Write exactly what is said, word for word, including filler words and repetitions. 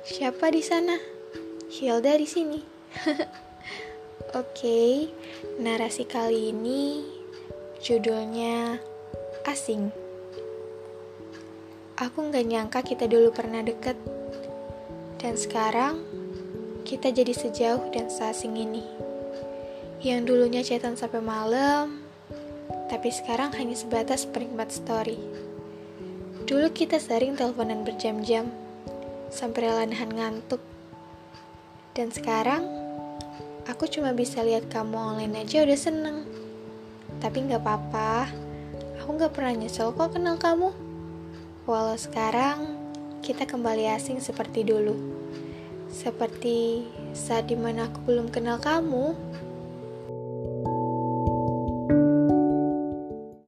Siapa di sana? Hilda di sini. Oke, narasi kali ini judulnya Asing. Aku gak nyangka kita dulu pernah deket, dan sekarang kita jadi sejauh dan seasing ini. Yang dulunya chatan sampai malam, tapi sekarang hanya sebatas penikmat story. Dulu kita sering teleponan berjam-jam, sampai rela nahan ngantuk. Dan sekarang, aku cuma bisa lihat kamu online aja udah seneng. Tapi gak apa-apa, aku gak pernah nyesel kok kenal kamu. Walau sekarang, kita kembali asing seperti dulu. Seperti saat dimana aku belum kenal kamu.